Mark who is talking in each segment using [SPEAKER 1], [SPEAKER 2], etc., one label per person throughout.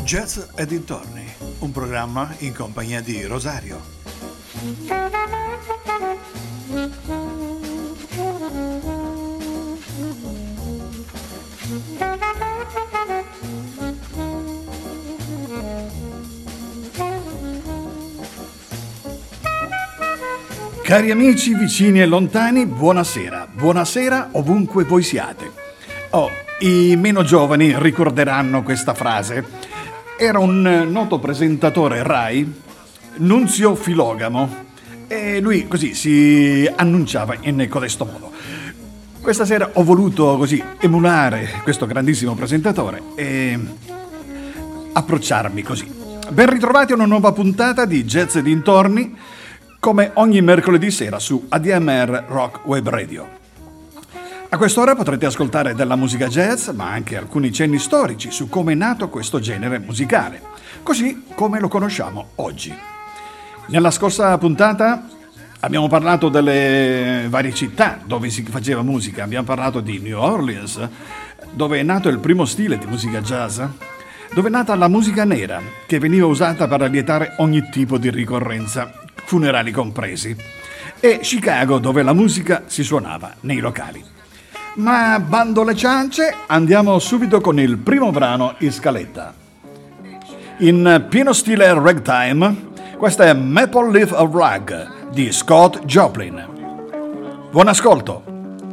[SPEAKER 1] Jazz e dintorni, un programma in compagnia di Rosario.
[SPEAKER 2] Cari amici vicini e lontani, buonasera. Buonasera ovunque voi siate. I meno giovani ricorderanno questa frase. Era un noto presentatore Rai, Nunzio Filogamo, e lui così si annunciava in codesto modo. Questa sera ho voluto così emulare questo grandissimo presentatore e approcciarmi così. Ben ritrovati a una nuova puntata di Jazz e dintorni, come ogni mercoledì sera su ADMR Rock Web Radio. A quest'ora potrete ascoltare della musica jazz, ma anche alcuni cenni storici su come è nato questo genere musicale, così come lo conosciamo oggi. Nella scorsa puntata abbiamo parlato delle varie città dove si faceva musica, abbiamo parlato di New Orleans, dove è nato il primo stile di musica jazz, dove è nata la musica nera, che veniva usata per lietare ogni tipo di ricorrenza, funerali compresi, e Chicago, dove la musica si suonava nei locali. Ma bando alle ciance, andiamo subito con il primo brano in scaletta. In pieno stile ragtime, questa è Maple Leaf of Rag di Scott Joplin. Buon ascolto!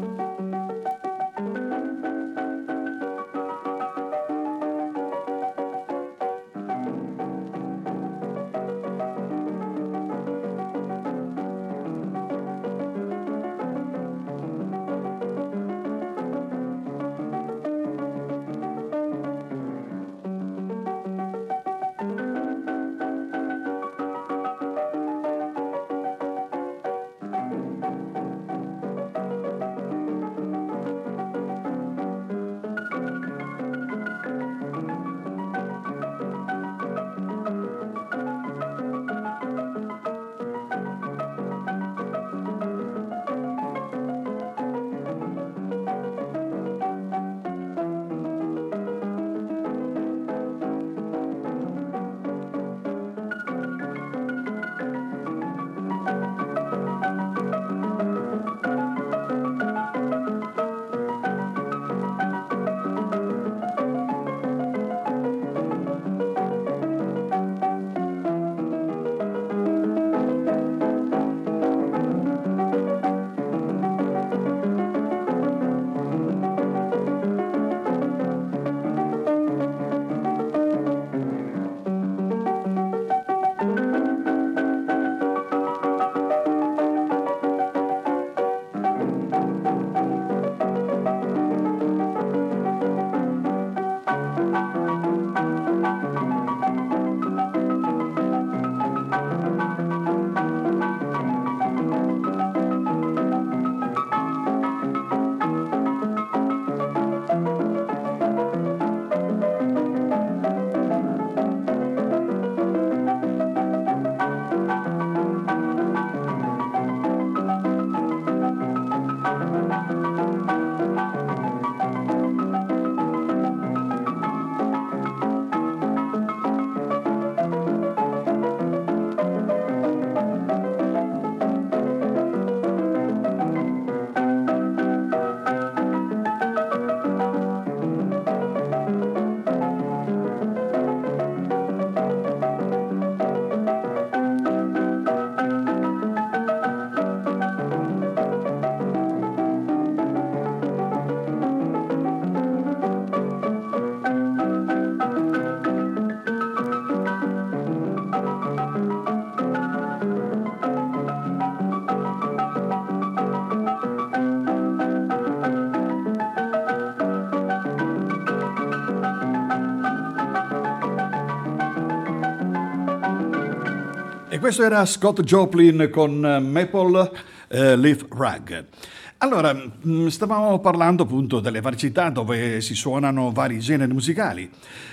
[SPEAKER 2] Questo era Scott Joplin con Maple Leaf Rag. Allora, stavamo parlando appunto delle varie città dove si suonano vari generi musicali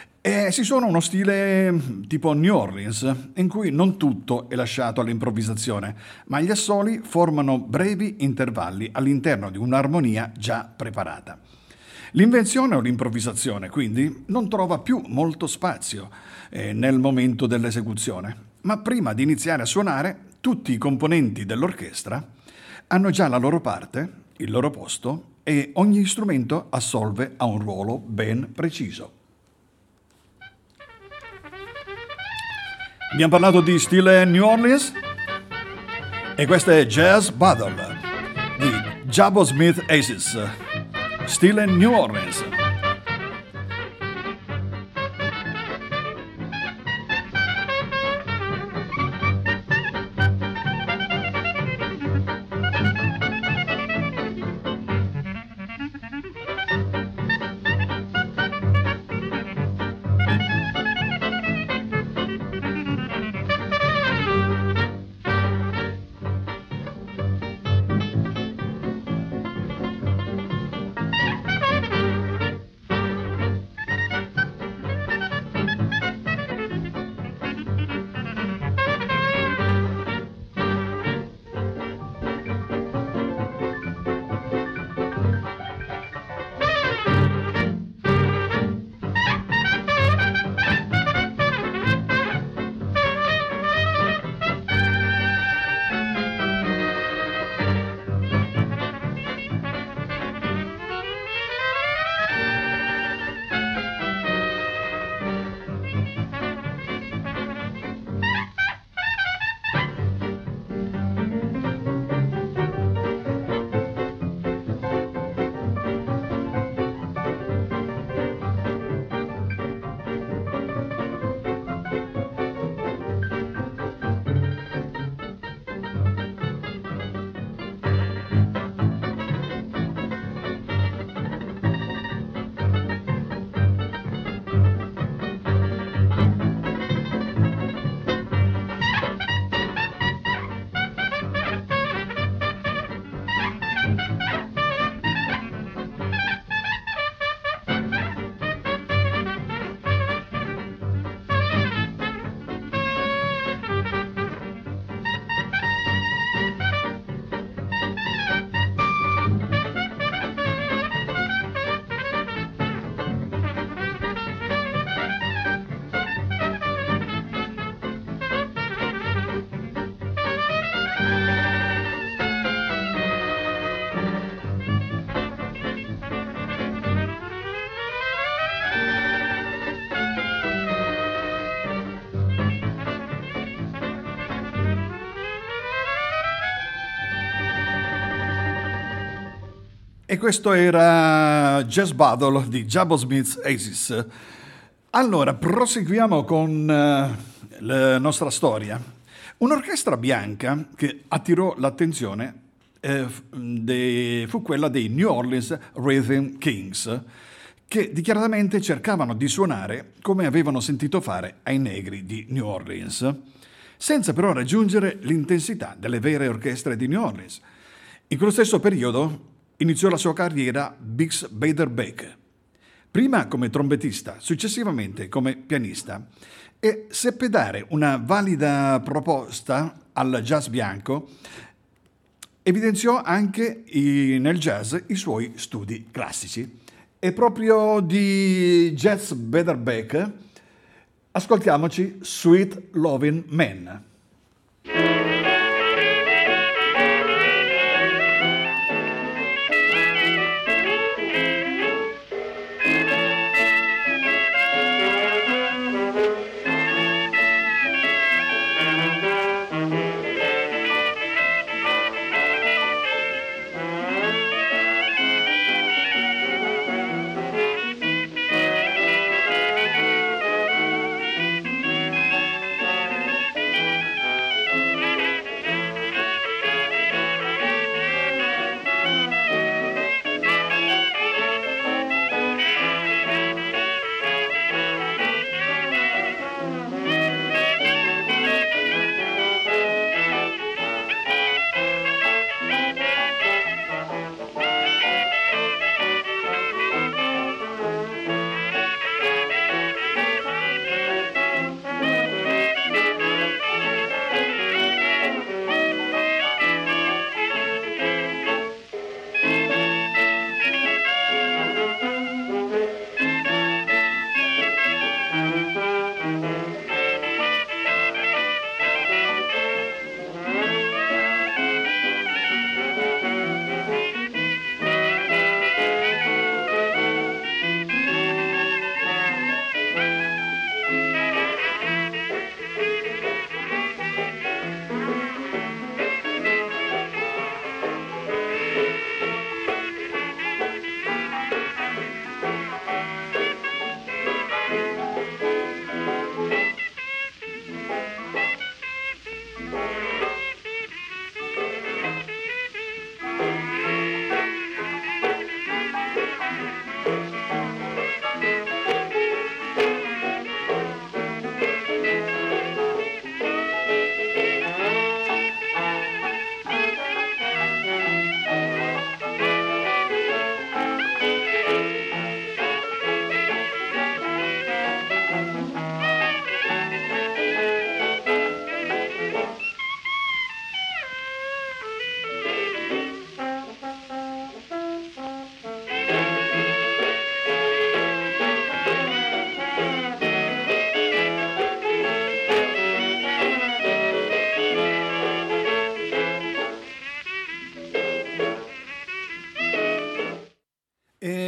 [SPEAKER 2] e si suona uno stile tipo New Orleans, in cui non tutto è lasciato all'improvvisazione, ma gli assoli formano brevi intervalli all'interno di un'armonia già preparata. L'invenzione o l'improvvisazione, quindi, non trova più molto spazio nel momento dell'esecuzione, ma prima di iniziare a suonare, tutti i componenti dell'orchestra hanno già la loro parte, il loro posto, e ogni strumento assolve a un ruolo ben preciso. Abbiamo parlato di stile New Orleans e questo è Jazz Battle di Jabo Smith Aces, stile New Orleans. E questo era Jazz Battle di Jabo Smith Aces. Allora, proseguiamo con la nostra storia. Un'orchestra bianca che attirò l'attenzione fu quella dei New Orleans Rhythm Kings, che dichiaratamente cercavano di suonare come avevano sentito fare ai negri di New Orleans, senza però raggiungere l'intensità delle vere orchestre di New Orleans. In quello stesso periodo iniziò la sua carriera Bix Beiderbecke, prima come trombettista, successivamente come pianista, e seppe dare una valida proposta al jazz bianco. Evidenziò anche nel jazz i suoi studi classici. E proprio di Jazz Beiderbecke ascoltiamoci Sweet Lovin' Man.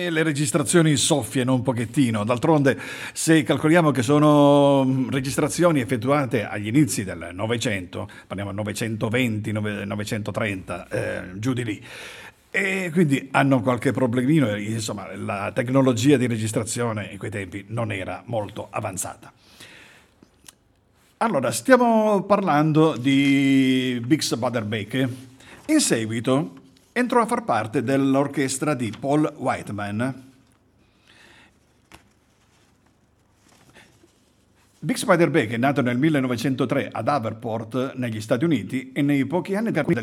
[SPEAKER 2] e le registrazioni soffiano un pochettino. D'altronde, se calcoliamo che sono registrazioni effettuate agli inizi del Novecento, parliamo 920, 930, giù di lì, e quindi hanno qualche problemino, insomma la tecnologia di registrazione in quei tempi non era molto avanzata. Allora, stiamo parlando di Bix Beiderbecke. In seguito entrò a far parte dell'orchestra di Paul Whiteman. Bix Beiderbecke è nato nel 1903 ad Haverport, negli Stati Uniti, e nei pochi anni del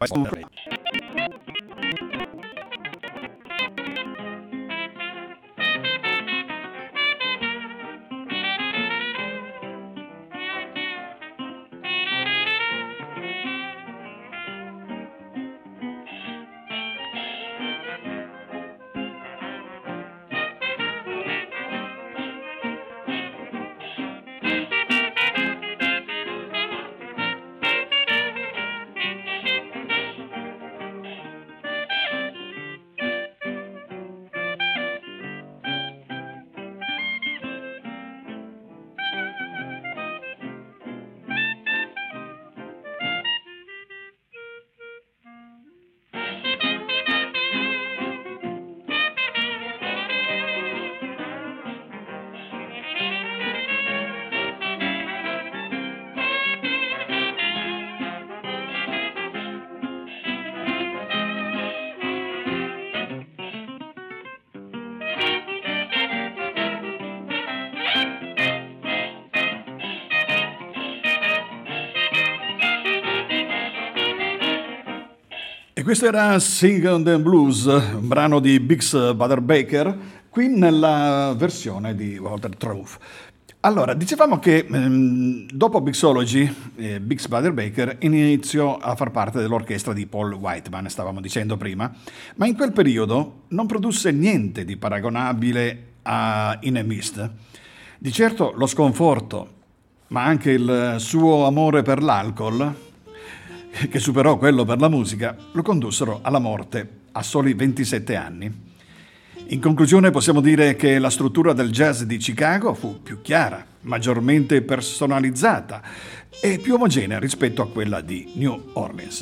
[SPEAKER 2] E questo era Sing and Blues, un brano di Bix Beiderbecke, qui nella versione di Walter Trouf. Allora, dicevamo che dopo Bixology, Bix Beiderbecke iniziò a far parte dell'orchestra di Paul Whiteman, stavamo dicendo prima, ma in quel periodo non produsse niente di paragonabile a In a Mist. Di certo lo sconforto, ma anche il suo amore per l'alcol, che superò quello per la musica, lo condussero alla morte a soli 27 anni. In conclusione possiamo dire che la struttura del jazz di Chicago fu più chiara, maggiormente personalizzata e più omogenea rispetto a quella di New Orleans.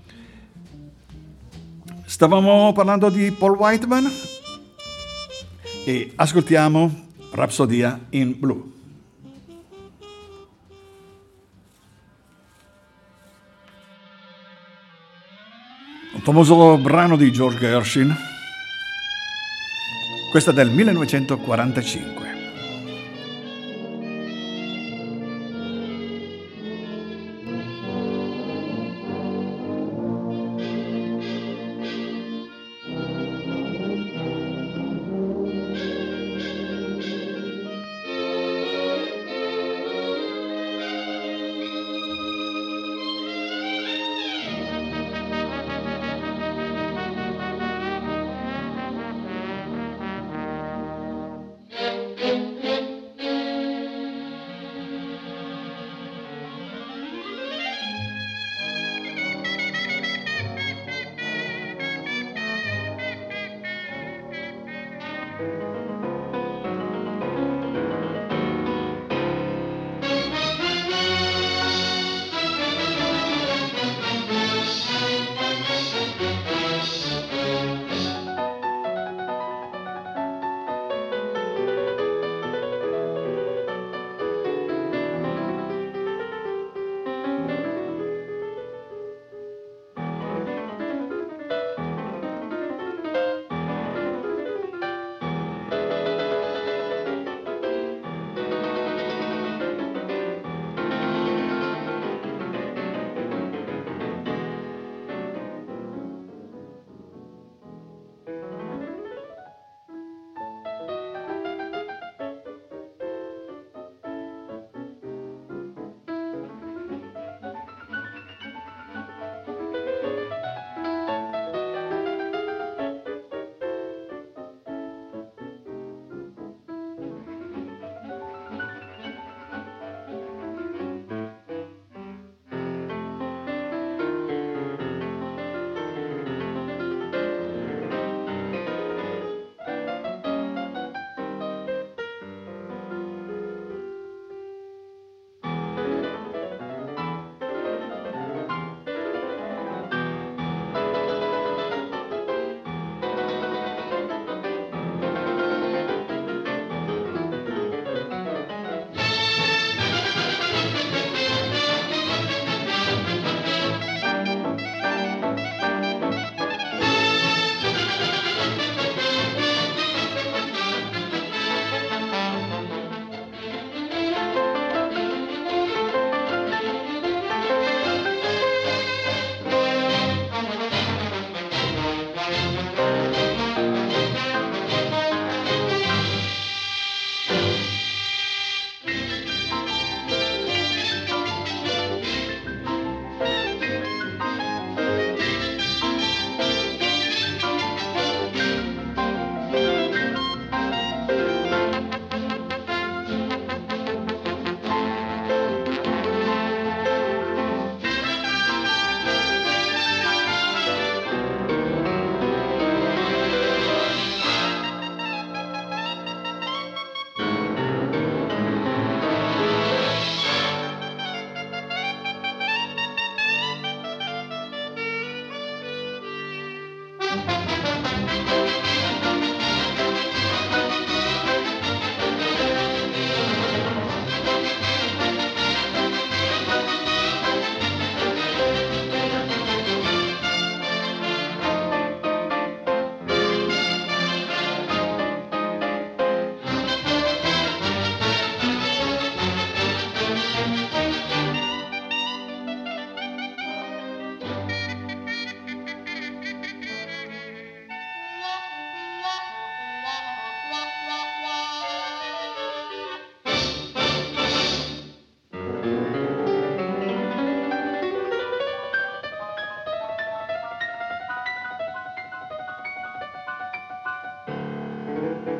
[SPEAKER 2] Stavamo parlando di Paul Whiteman e ascoltiamo Rhapsodia in Blue. Un famoso brano di George Gershwin, questa è del 1945.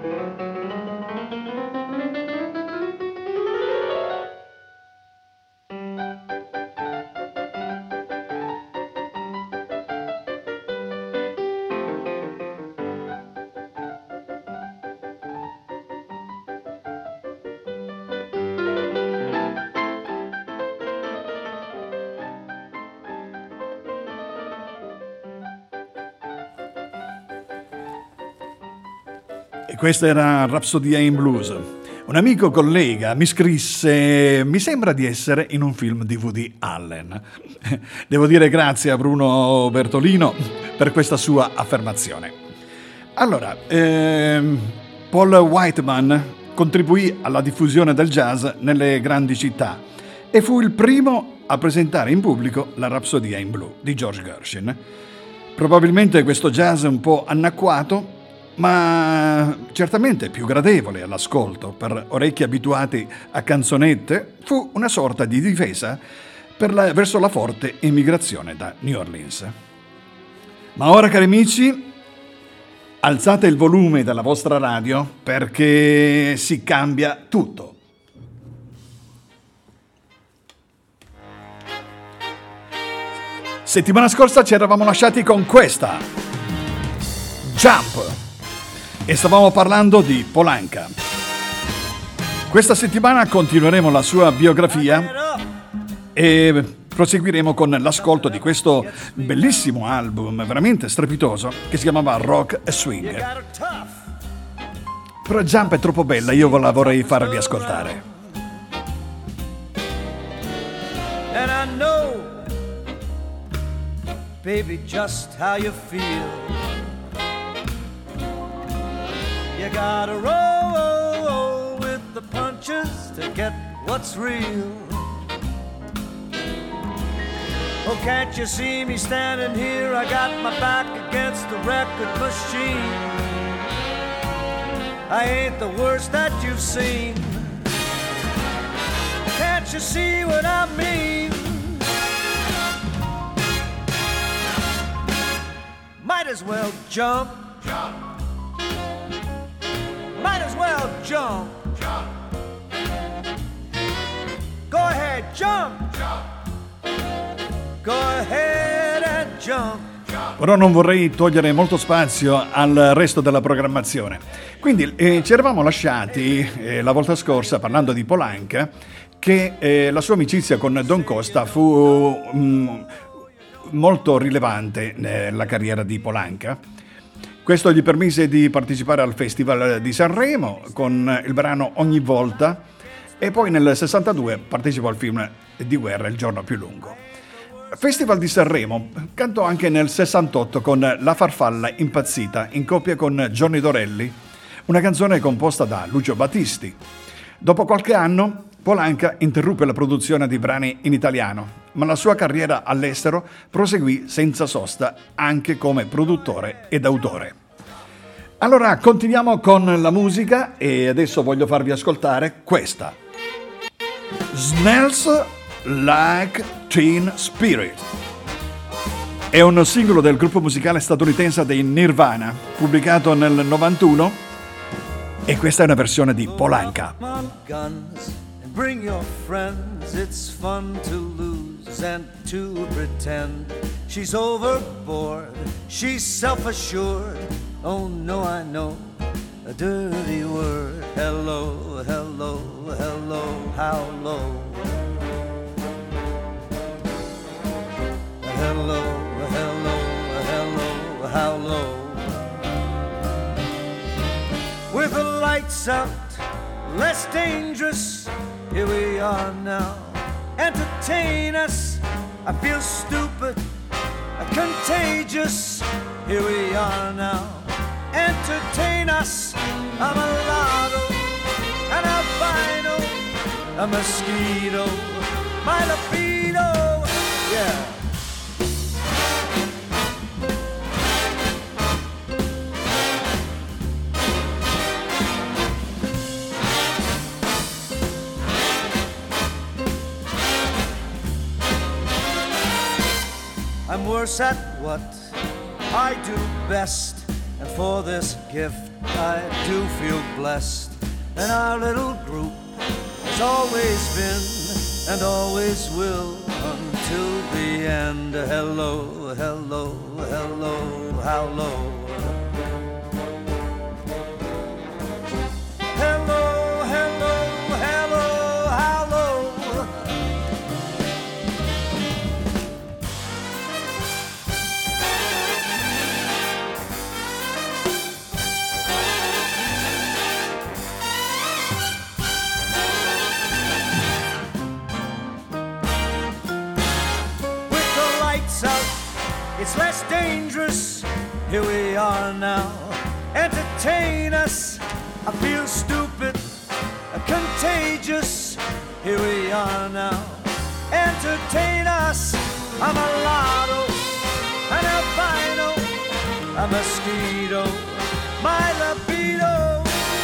[SPEAKER 2] Questa era Rapsodia in Blues. Un amico collega mi scrisse: mi sembra di essere in un film di Woody Allen. Devo dire grazie a Bruno Bertolino per questa sua affermazione. Allora, Paul Whiteman contribuì alla diffusione del jazz nelle grandi città e fu il primo a presentare in pubblico la Rapsodia in Blu di George Gershwin. Probabilmente questo jazz un po' anacquato, ma certamente più gradevole all'ascolto per orecchi abituati a canzonette, fu una sorta di difesa verso la forte immigrazione da New Orleans. Ma ora, cari amici, alzate il volume della vostra radio perché si cambia tutto. Settimana scorsa ci eravamo lasciati con questa Jump e stavamo parlando di Polanca. Questa settimana continueremo la sua biografia e proseguiremo con l'ascolto di questo bellissimo album veramente strepitoso che si chiamava Rock e Swing. Però Jump è troppo bella, io ve la vorrei farvi ascoltare.
[SPEAKER 3] And I know, baby, just how you feel. You gotta roll with the punches to get what's real. Oh, can't you see me standing here? I got my back against the record machine. I ain't the worst that you've seen. Can't you see what I mean? Might as well jump. Jump. Might as well jump. Jump. Go ahead, jump. Jump. Go ahead and jump.
[SPEAKER 2] Però non vorrei togliere molto spazio al resto della programmazione. Quindi ci eravamo lasciati la volta scorsa parlando di Polanca, che la sua amicizia con Don Costa fu molto rilevante nella carriera di Polanca. Questo gli permise di partecipare al Festival di Sanremo con il brano Ogni volta e poi nel 62 partecipò al film di guerra Il giorno più lungo. Festival di Sanremo, cantò anche nel 68 con La farfalla impazzita in coppia con Johnny Dorelli, una canzone composta da Lucio Battisti. Dopo qualche anno Polanca interruppe la produzione di brani in italiano, ma la sua carriera all'estero proseguì senza sosta anche come produttore ed autore. Allora continuiamo con la musica e adesso voglio farvi ascoltare questa. Smells Like Teen Spirit. È un singolo del gruppo musicale statunitense dei Nirvana, pubblicato nel 91, e questa è una versione di Polanca.
[SPEAKER 3] Bring your friends, it's fun to lose and to pretend. She's overboard, she's self-assured. Oh no, I know a dirty word. Hello, hello, hello, how low. Hello, hello, hello, how low. With the lights out, less dangerous. Here we are now. Entertain us. I feel stupid, contagious. Here we are now. Entertain us. I'm a lotto, an albino, a mosquito, my libido. Yeah. I'm worse at what I do best. And for this gift I do feel blessed. And our little group has always been and always will until the end. Hello, hello, hello, how low. Hello, hello, hello, how low. With the lights out, it's less dangerous. Here we are now. Entertain us. I feel stupid, contagious. Here we are now. Entertain us. I'm a lotto, an albino, a mosquito, my libido.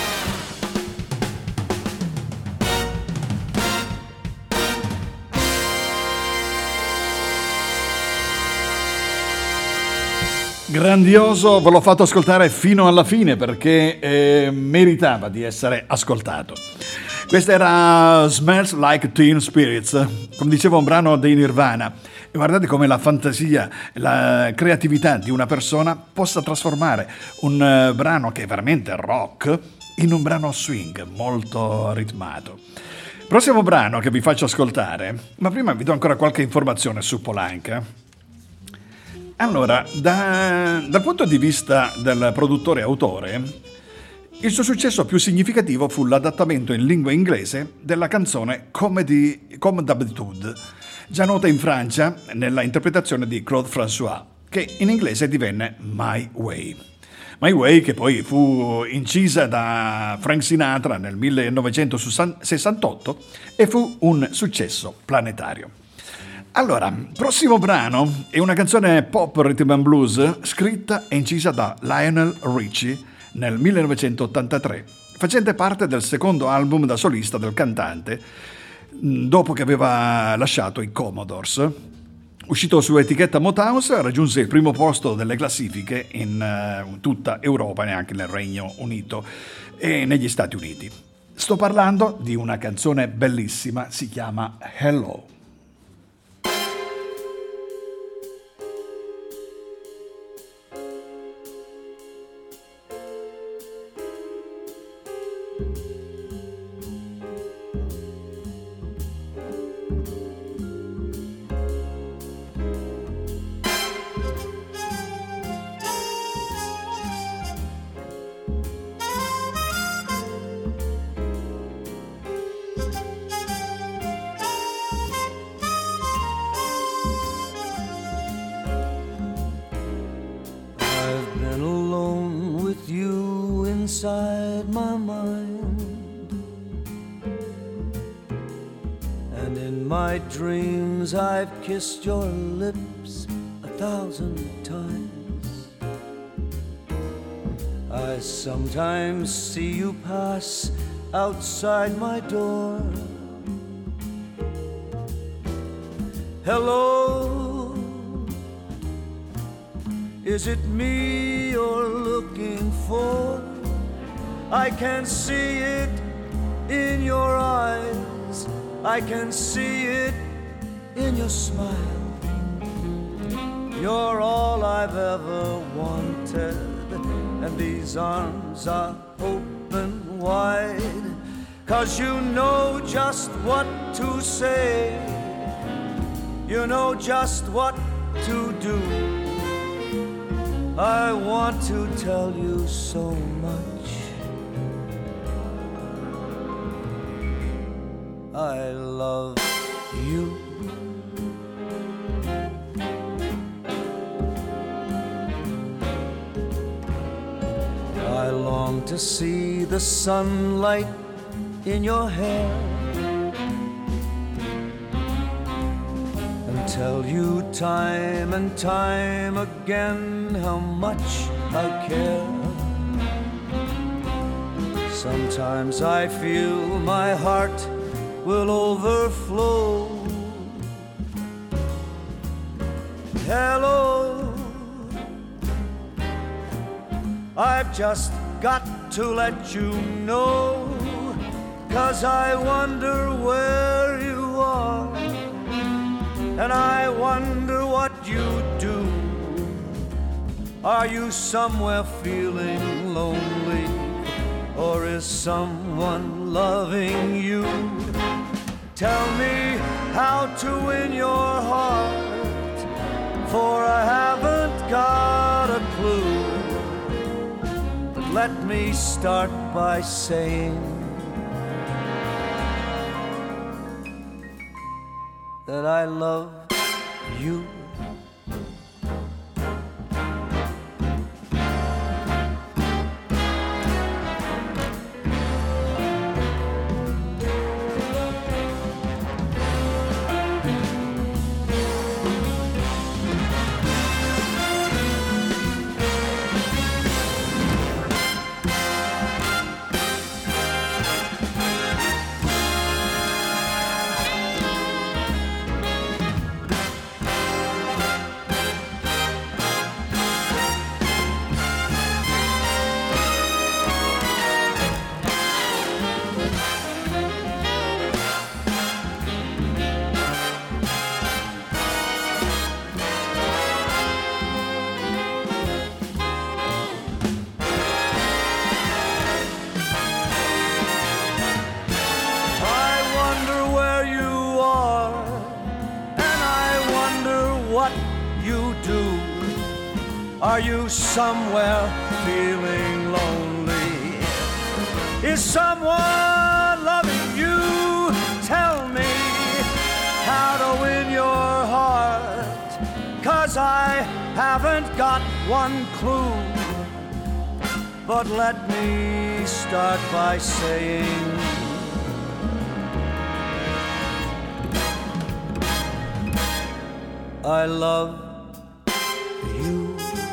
[SPEAKER 2] Grandioso, ve l'ho fatto ascoltare fino alla fine perché meritava di essere ascoltato. Questo era Smells Like Teen Spirits, come dicevo un brano dei Nirvana. E guardate come la fantasia, la creatività di una persona possa trasformare un brano che è veramente rock in un brano swing molto ritmato. Prossimo brano che vi faccio ascoltare, ma prima vi do ancora qualche informazione su Polanca. Allora, dal punto di vista del produttore autore, il suo successo più significativo fu l'adattamento in lingua inglese della canzone Comme d'habitude, già nota in Francia nella interpretazione di Claude François, che in inglese divenne My Way. My Way, che poi fu incisa da Frank Sinatra nel 1968 e fu un successo planetario. Allora, prossimo brano è una canzone pop rhythm and blues scritta e incisa da Lionel Richie nel 1983, facente parte del secondo album da solista del cantante dopo che aveva lasciato i Commodores. Uscito su etichetta Motown, raggiunse il primo posto delle classifiche in tutta Europa e anche nel Regno Unito e negli Stati Uniti. Sto parlando di una canzone bellissima, si chiama Hello.
[SPEAKER 3] Inside my mind, and in my dreams I've kissed your lips 1,000 times. I sometimes see you pass outside my door. Hello, is it me you're looking for? I can see it in your eyes, I can see it in your smile. You're all I've ever wanted, and these arms are open wide, 'cause you know just what to say, you know just what to do. I want to tell you so much, I love you. I long to see the sunlight in your hair and tell you time and time again how much I care. Sometimes I feel my heart will overflow. Hello, I've just got to let you know, 'cause I wonder where you are, and I wonder what you do. Are you somewhere feeling lonely, or is someone loving you? Tell me how to win your heart, for I haven't got a clue. But let me start by saying that I love you. Are you somewhere feeling lonely? Is someone loving you? Tell me how to win your heart, 'cause I haven't got one clue. But let me start by saying I love you.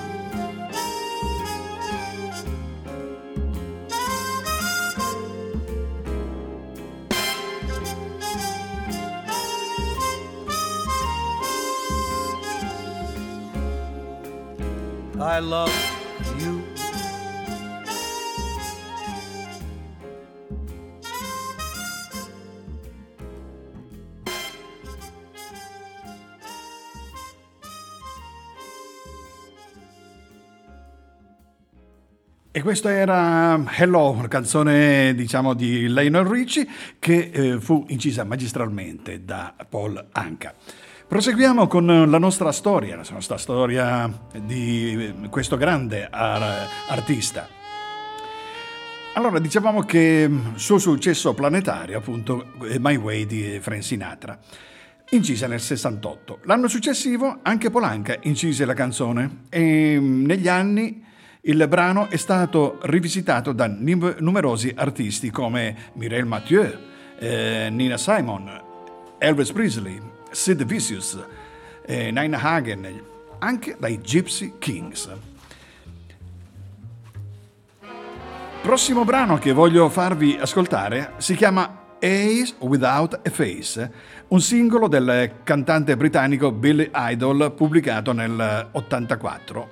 [SPEAKER 3] I love you.
[SPEAKER 2] E questa era Hello, una canzone diciamo di Lionel Richie che fu incisa magistralmente da Paul Anka. Proseguiamo con la nostra storia di questo grande artista. Allora, dicevamo che suo successo planetario, appunto, My Way di Frank Sinatra, incisa nel 68. L'anno successivo anche Paul Anka incise la canzone e negli anni il brano è stato rivisitato da numerosi artisti come Mireille Mathieu, Nina Simone, Elvis Presley, Sid Vicious, Nina Hagen, anche dai Gypsy Kings. Prossimo brano che voglio farvi ascoltare si chiama Eyes Without a Face, un singolo del cantante britannico Billy Idol pubblicato nel 84.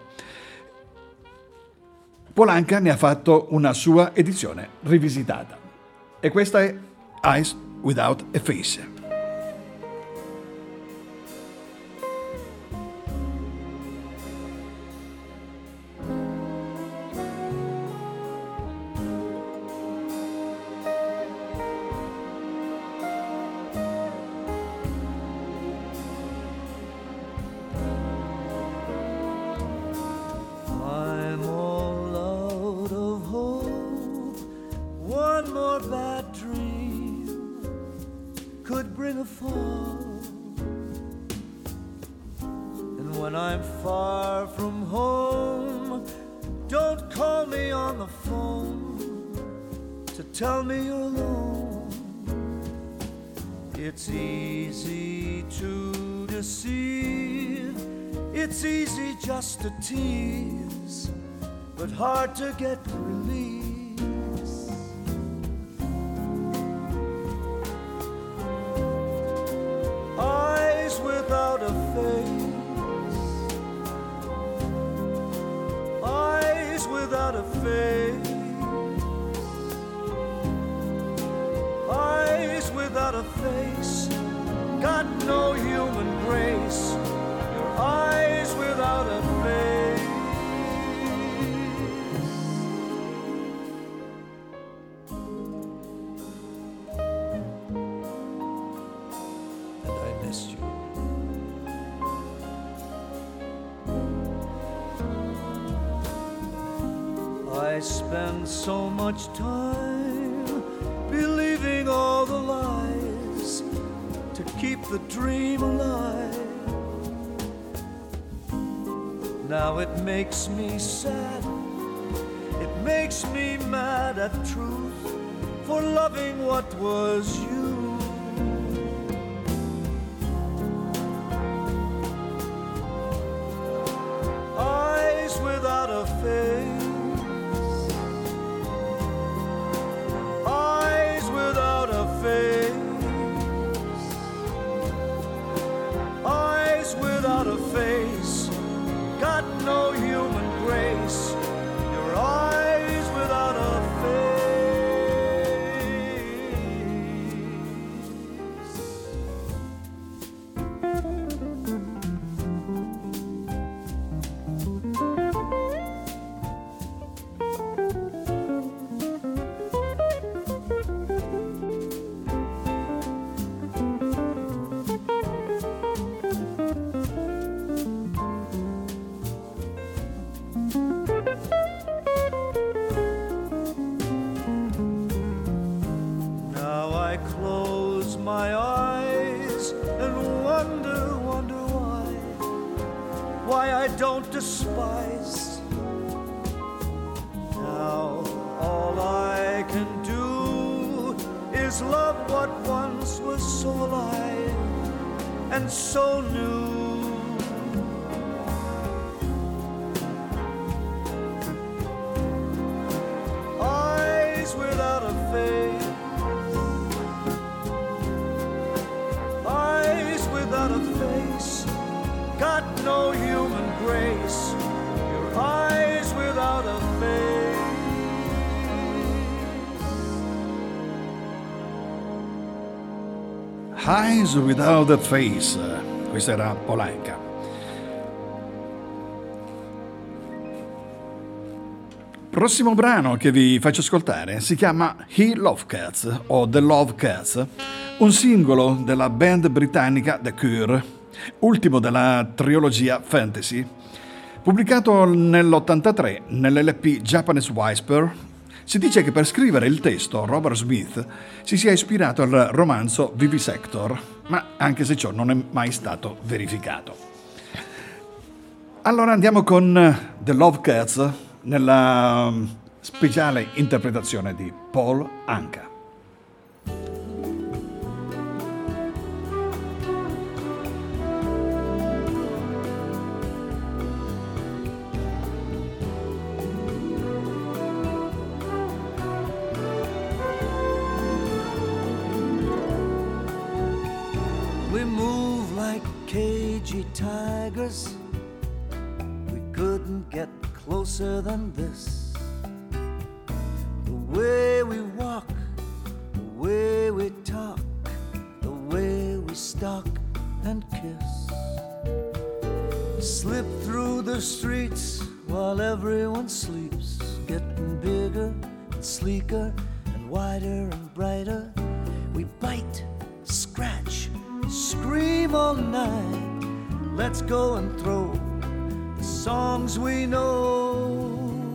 [SPEAKER 2] Paul Anka ne ha fatto una sua edizione rivisitata e questa è Eyes Without a Face.
[SPEAKER 3] Tell me you're alone. It's easy to deceive. It's easy just to tease, but hard to get release. Eyes without a face. Eyes without without a face, eyes without a face, got no human grace. Your eyes without a face. And I missed you. I spend so much time believing all the lies to keep the dream alive. Now it makes me sad, it makes me mad at truth for loving what was you. Eyes without a face, without a face, got no human grace. Your eyes without a don't despise. Now all I can do is love what once was so alive and so new. Eyes without a face, eyes without a face, got no human grace. Your eyes without a face.
[SPEAKER 2] Eyes Without a Face. Questa era Polanca. Prossimo brano che vi faccio ascoltare si chiama He Love Cats o The Love Cats, un singolo della band britannica The Cure, ultimo della trilogia Fantasy, pubblicato nell'83 nell'LP Japanese Whisper. Si dice che per scrivere il testo Robert Smith si sia ispirato al romanzo Vivisector, ma anche se ciò non è mai stato verificato. Allora andiamo con The Love Cats nella speciale interpretazione di Paul Anka.
[SPEAKER 3] Cagey tigers, we couldn't get closer than this. The way we walk, the way we talk, the way we stalk and kiss. Slip through the streets while everyone sleeps, getting bigger and sleeker and wider and brighter. We bite, scratch, scream all night. Let's go and throw the songs we know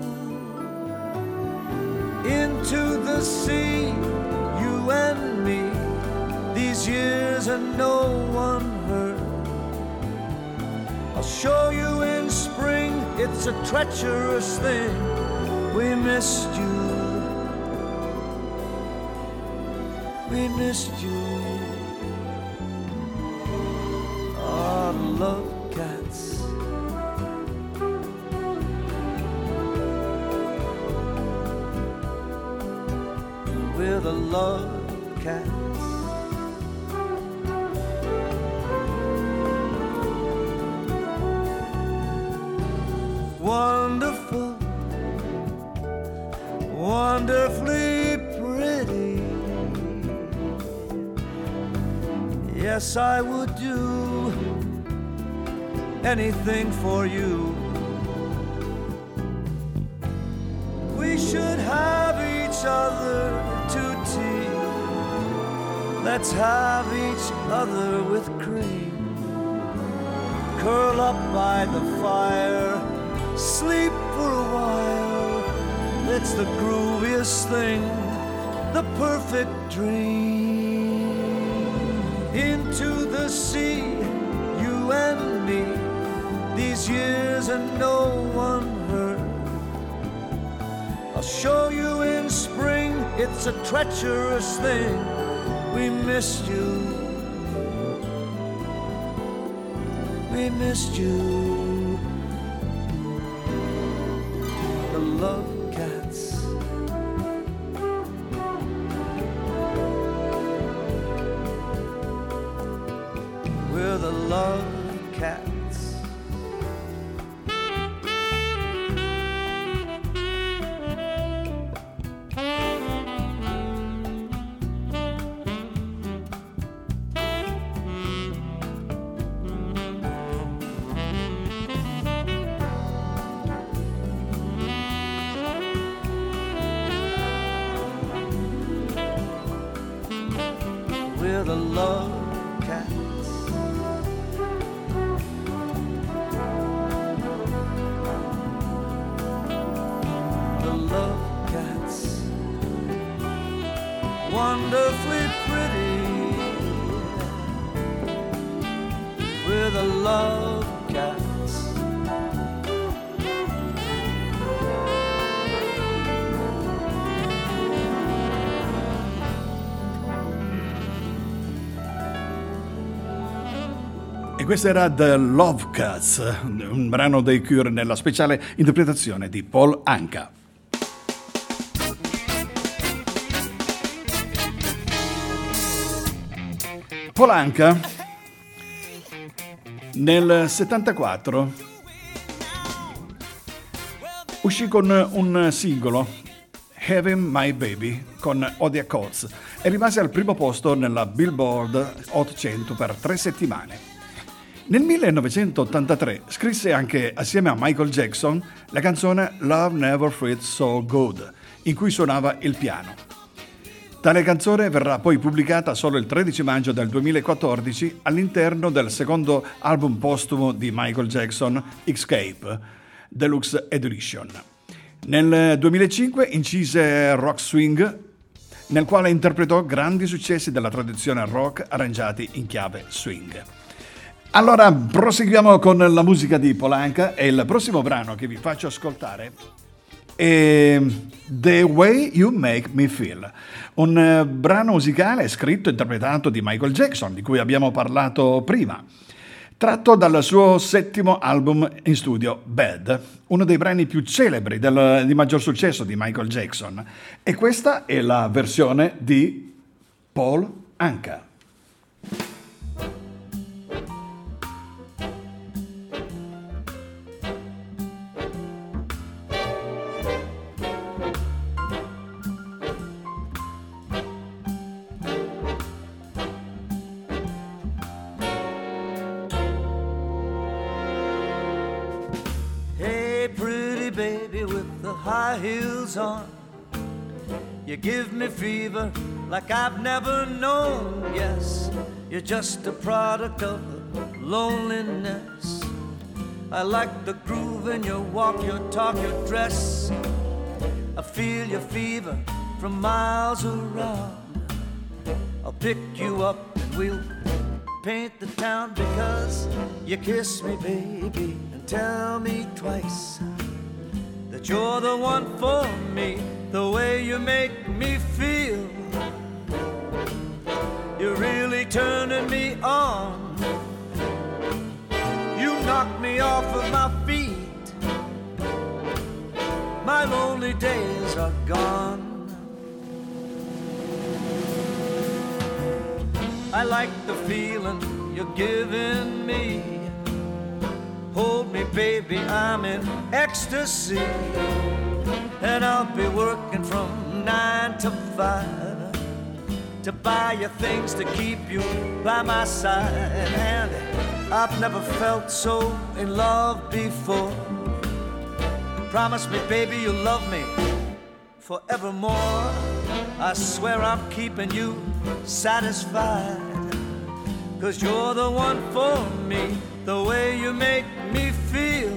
[SPEAKER 3] into the sea, you and me. These years and no one heard. I'll show you in spring, it's a treacherous thing. We missed you, we missed you. Love cats. We're the love cats. Wonderful, wonderfully pretty. Yes, I would do anything for you. We should have each other to tea. Let's have each other with cream. Curl up by the fire, sleep for a while. It's the grooviest thing, the perfect dream. Into the sea, you and me, these years and no one heard. I'll show you in spring, it's a treacherous thing. We missed you. We missed you. The Love Cats. We're the Love Cats. We're the Love Cats. The Love Cats. Wonderfully pretty. We're the Love Cats.
[SPEAKER 2] E questo era The Love Cats, un brano dei Cure nella speciale interpretazione di Paul Anka. Paul Anka nel 74 uscì con un singolo, Having My Baby, con Odia Coates, e rimase al primo posto nella Billboard Hot 100 per 3 settimane. Nel 1983 scrisse anche assieme a Michael Jackson la canzone Love Never Felt So Good, in cui suonava il piano. Tale canzone verrà poi pubblicata solo il 13 maggio del 2014 all'interno del secondo album postumo di Michael Jackson, Escape, Deluxe Edition. Nel 2005 incise Rock Swing, nel quale interpretò grandi successi della tradizione rock arrangiati in chiave swing. Allora, proseguiamo con la musica di Paul Anka e il prossimo brano che vi faccio ascoltare è The Way You Make Me Feel, un brano musicale scritto e interpretato di Michael Jackson, di cui abbiamo parlato prima, tratto dal suo settimo album in studio, Bad, uno dei brani più celebri di maggior successo di Michael Jackson. E questa è la versione di Paul Anka.
[SPEAKER 3] High heels on, you give me fever like I've never known. Yes, you're just a product of loneliness. I like the groove in your walk, your talk, your dress. I feel your fever from miles around. I'll pick you up and we'll paint the town because you kiss me, baby, and tell me twice that you're the one for me, the way you make me feel. You're really turning me on. You knock me off of my feet. My lonely days are gone. I like the feeling you're giving me. Hold me, baby, I'm in ecstasy. and I'll be working from 9 to 5 to buy you things to keep you by my side. And I've never felt so in love before. Promise me, baby, you'll love me forevermore. I swear I'm keeping you satisfied, 'cause you're the one for me, the way you make me feel.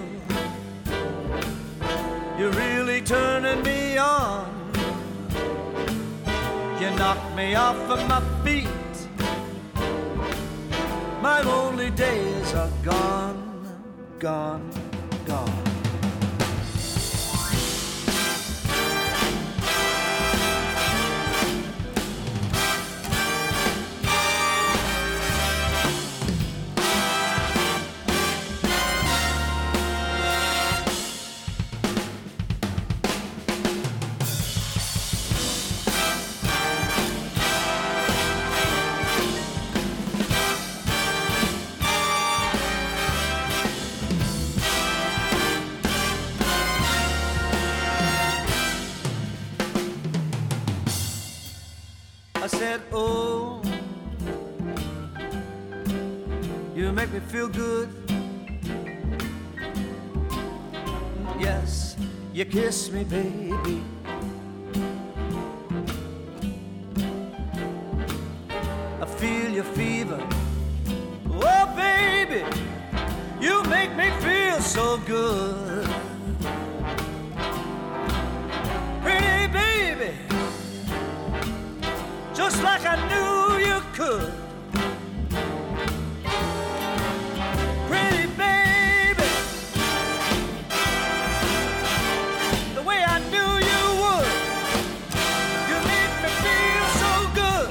[SPEAKER 3] You're really turning me on. You knock me off of my feet. My lonely days are gone, gone, gone. I said, oh, you make me feel good. Yes, you kiss me, baby. I feel your fever. Oh, baby, you make me feel so good. Pretty baby, just like I knew you could. Pretty baby, the way I knew you would. You make me feel so good.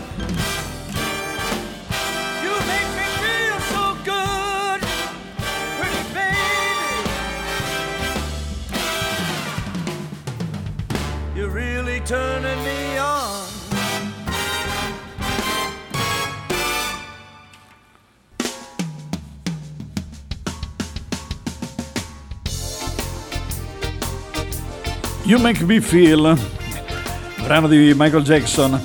[SPEAKER 3] You make me feel so good. Pretty baby, you're really turning me on.
[SPEAKER 2] You Make Me Feel, brano di Michael Jackson.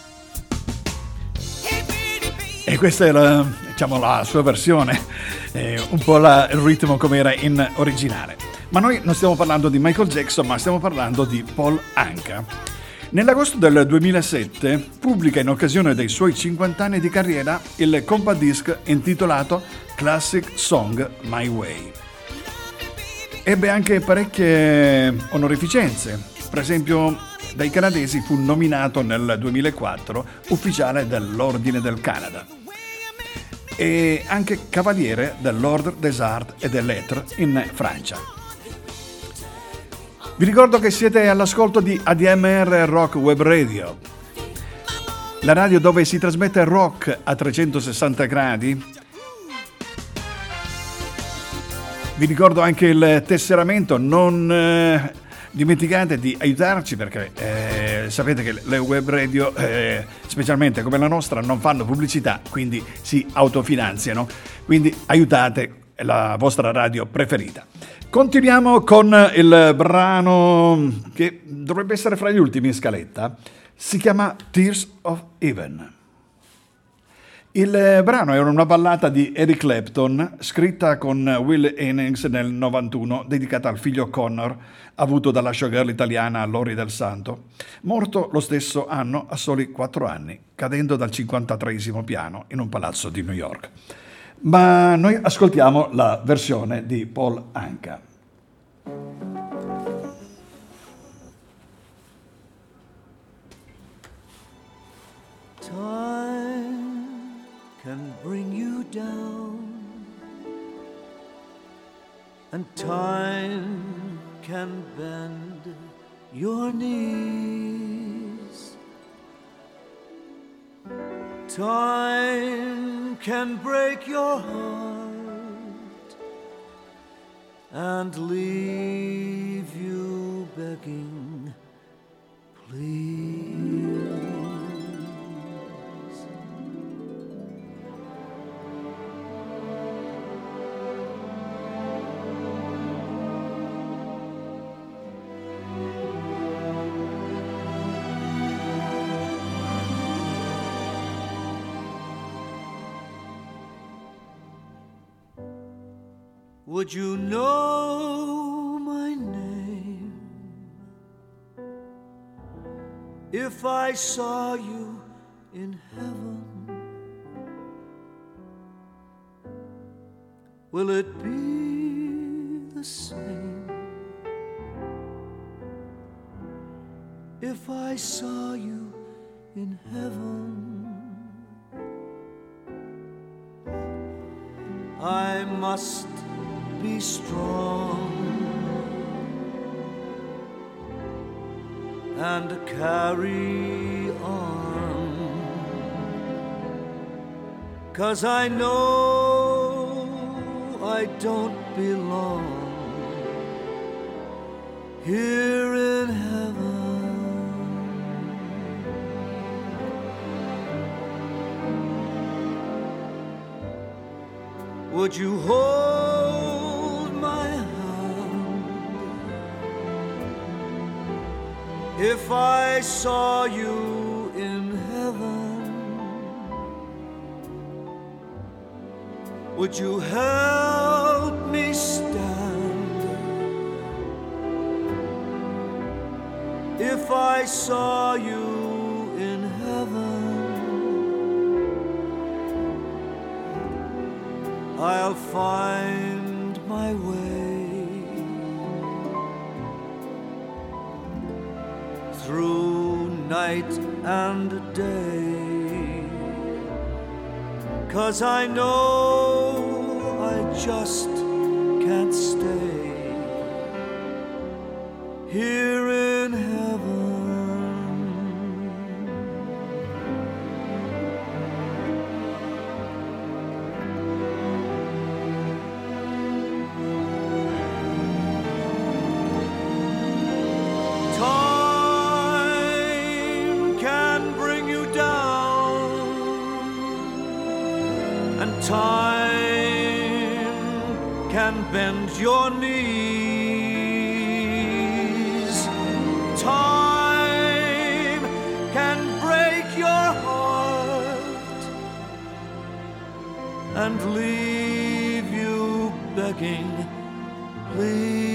[SPEAKER 2] E questa è la sua versione, un po' il ritmo come era in originale. Ma noi non stiamo parlando di Michael Jackson, ma stiamo parlando di Paul Anka. Nell'agosto del 2007 pubblica, in occasione dei suoi 50 anni di carriera, il compact disc intitolato Classic Song My Way. Ebbe anche parecchie onorificenze, per esempio dai canadesi fu nominato nel 2004 ufficiale dell'Ordine del Canada e anche cavaliere dell'Ordre des Arts et des Lettres in Francia. Vi ricordo che siete all'ascolto di ADMR Rock Web Radio, la radio dove si trasmette rock a 360 gradi. Vi ricordo anche il tesseramento, non dimenticate di aiutarci perché sapete che le web radio, specialmente come la nostra, non fanno pubblicità, quindi si autofinanziano, quindi aiutate la vostra radio preferita. Continuiamo con il brano che dovrebbe essere fra gli ultimi in scaletta, si chiama Tears of Heaven. Il brano è una ballata di Eric Clapton, scritta con Will Hennings nel 91, dedicata al figlio Connor, avuto dalla showgirl italiana Lori Del Santo, morto lo stesso anno a soli 4 anni, cadendo dal 53esimo piano in un palazzo di New York. Ma noi ascoltiamo la versione di Paul Anka.
[SPEAKER 3] Can bring you down, and time can bend your knees. Time can break your heart and leave you begging, please. would you know my name if I saw you in heaven? Will it be the same if I saw you in heaven? I must be strong and carry on, 'cause I know I don't belong here in heaven. Would you hold my hand if I saw you in heaven? Would you help me stand if I saw you in heaven? I'll find my way through night and day, 'cause I know I just can't stay here in heaven. Time can bend your knees. Time can break your heart and leave you begging, please.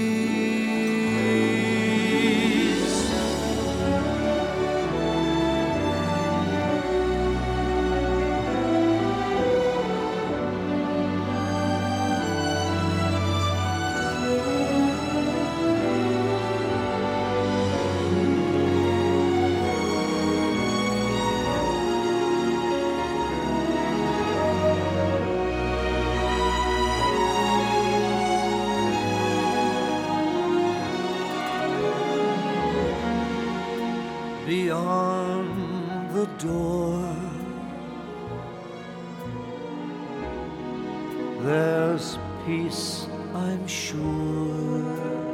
[SPEAKER 3] Beyond the door, there's peace, I'm sure,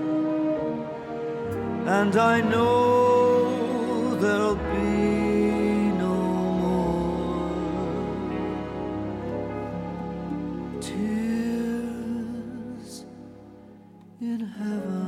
[SPEAKER 3] and I know there'll be no more tears in heaven.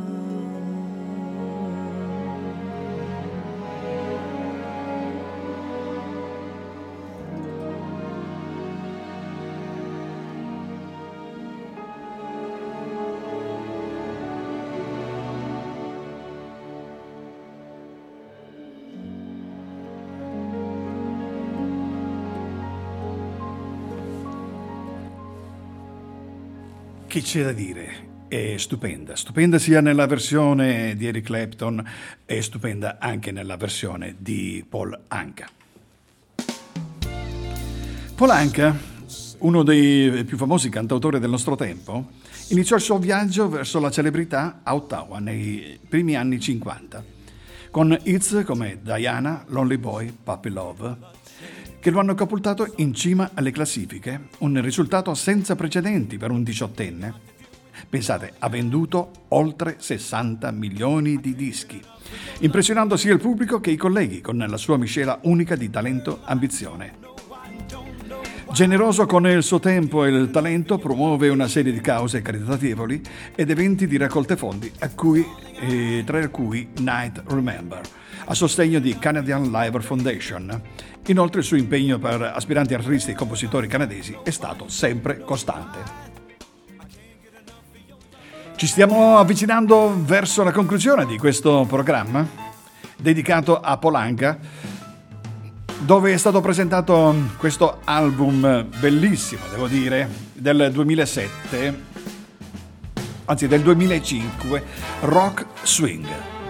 [SPEAKER 2] Che c'è da dire? È stupenda, stupenda sia nella versione di Eric Clapton e stupenda anche nella versione di Paul Anka. Paul Anka, uno dei più famosi cantautori del nostro tempo, iniziò il suo viaggio verso la celebrità a Ottawa nei primi anni 50, con hits come Diana, Lonely Boy, Puppy Love, che lo hanno catapultato in cima alle classifiche, un risultato senza precedenti per un diciottenne. Pensate, ha venduto oltre 60 milioni di dischi, impressionando sia il pubblico che i colleghi con la sua miscela unica di talento e ambizione. Generoso con il suo tempo e il talento, promuove una serie di cause caritatevoli ed eventi di raccolte fondi, tra cui Night Remember, a sostegno di Canadian Liver Foundation. Inoltre il suo impegno per aspiranti artisti e compositori canadesi è stato sempre costante. Ci stiamo avvicinando verso la conclusione di questo programma dedicato a Polanca, dove è stato presentato questo album bellissimo, devo dire, del 2007, anzi del 2005, Rock Swing.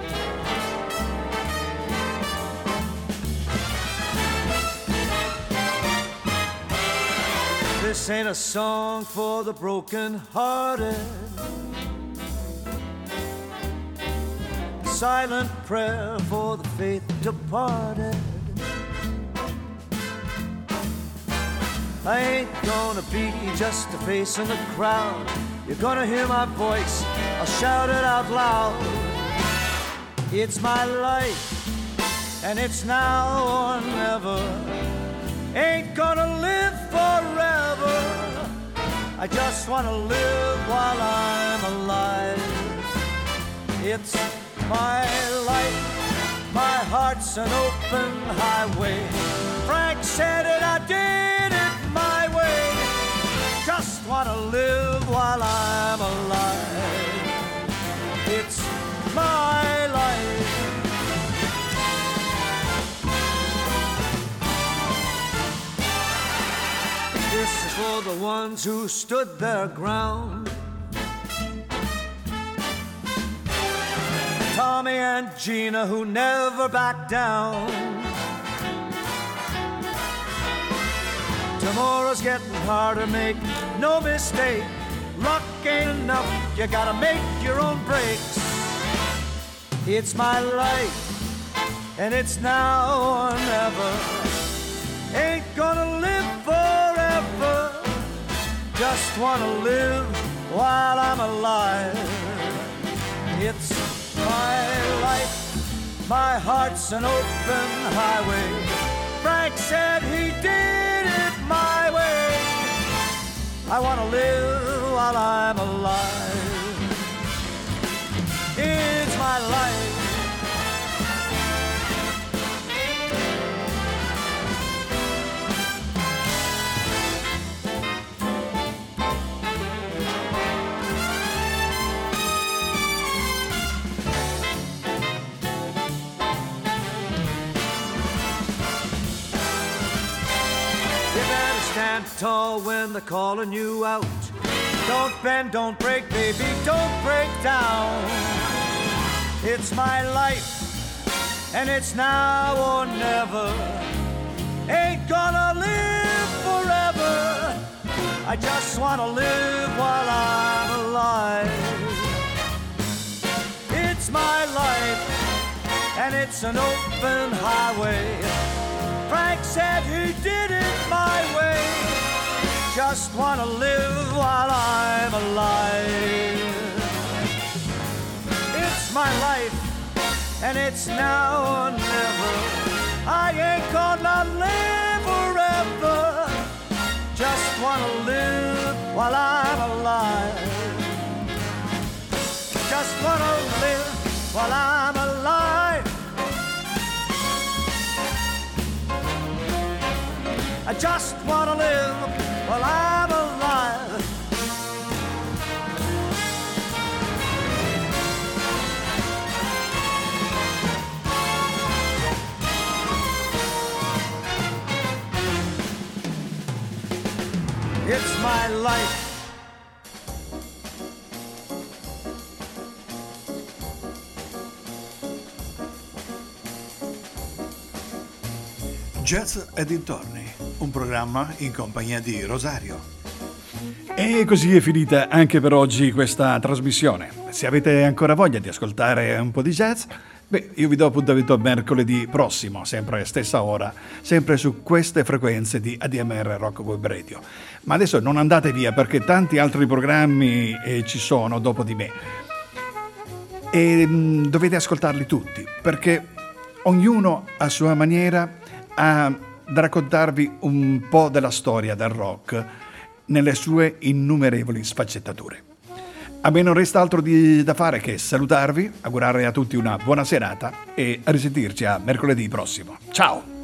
[SPEAKER 3] This ain't a song for the broken-hearted, silent prayer for the faith departed. I ain't gonna be just a face in the crowd. You're gonna hear my voice, I'll shout it out loud. It's my life, and it's now or never. Ain't gonna live forever. I just wanna live while I'm alive. It's my life, my heart's an open highway. Frank said it, I did it my way. Just wanna live while I'm alive. It's my life. This is for the ones who stood their ground. Tommy and Gina who never backed down. Tomorrow's getting harder, make no mistake. Luck ain't enough, you gotta make your own breaks. It's my life, and it's now or never. Ain't gonna live forever. Just wanna live while I'm alive. It's my life, my heart's an open highway. Frank said he did it my way. I wanna live while I'm alive. It's my life. Stand tall when they're calling you out. Don't bend, don't break, baby, don't break down. It's my life, and it's now or never. Ain't gonna live forever. I just wanna live while I'm alive. It's my life, and it's an open highway. Frank said he did it my way. Just wanna live while I'm alive. It's my life, and it's now or never. I ain't gonna live forever. Just wanna live while I'm alive. Just wanna live while I'm alive. I just wanna live while I'm alive. It's my life.
[SPEAKER 1] Jazz e dintorni, un programma in compagnia di Rosario.
[SPEAKER 2] E così è finita anche per oggi questa trasmissione. Se avete ancora voglia di ascoltare un po' di jazz, io vi do appuntamento mercoledì prossimo, sempre stessa ora, sempre su queste frequenze di ADMR Rock Web Radio. Ma adesso non andate via, perché tanti altri programmi ci sono dopo di me. E dovete ascoltarli tutti, perché ognuno a sua maniera ha da raccontarvi un po' della storia del rock nelle sue innumerevoli sfaccettature. A me non resta altro da fare che salutarvi, augurare a tutti una buona serata e a risentirci a mercoledì prossimo. Ciao!